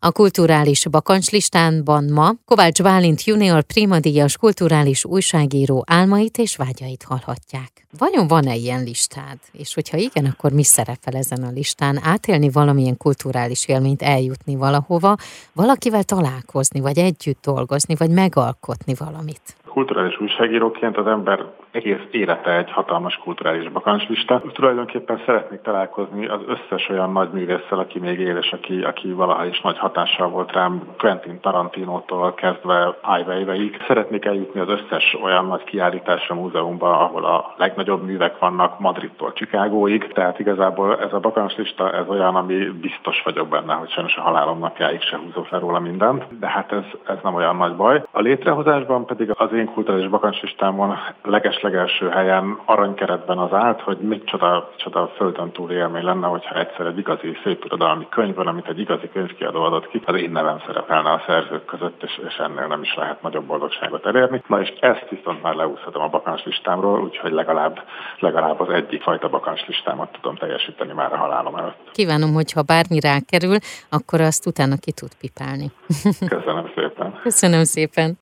A kulturális bakancslistánban ma Kovács Bálint junior Prima-díjas kulturális újságíró álmait és vágyait hallhatják. Vajon van-e ilyen listád? És hogyha igen, akkor mi szerepel ezen a listán? Átélni valamilyen kulturális élményt, eljutni valahova, valakivel találkozni, vagy együtt dolgozni, vagy megalkotni valamit? Kulturális újságíróként az ember egész élete egy hatalmas kulturális bakancslista. Tulajdonképpen szeretnék találkozni az összes olyan nagy művésszel, aki még él, és aki valaha is nagy hatással volt rám, Quentin Tarantinótól kezdve Ai Weiweiig. Szeretnék eljutni az összes olyan nagy kiállításra, múzeumba, ahol a legnagyobb művek vannak, Madridtól Chicagóig. Tehát igazából ez a bakancslista, ez olyan, ami biztos vagyok benne, hogy sajnos a halálom napjáig se húzok le róla mindent, de hát ez nem olyan nagy baj. A létrehozásban pedig az én kulturális bakancslistámon legeslegelső helyen aranykeretben az állt, hogy micsoda földön túli élmény lenne, hogyha egyszer egy igazi szépirodalmi könyv van, amit egy igazi könyvkiadó adott ki, az én nevem szerepelne a szerzők között, és ennél nem is lehet nagyobb boldogságot elérni. Na és ezt viszont már leúszhatom a bakancslistámról, úgyhogy legalább az egyik fajta bakancslistámat tudom teljesíteni már a halálom előtt. Kívánom, hogyha bármi rákerül, akkor azt utána ki tud pipálni. Köszönöm szépen. Köszönöm szépen.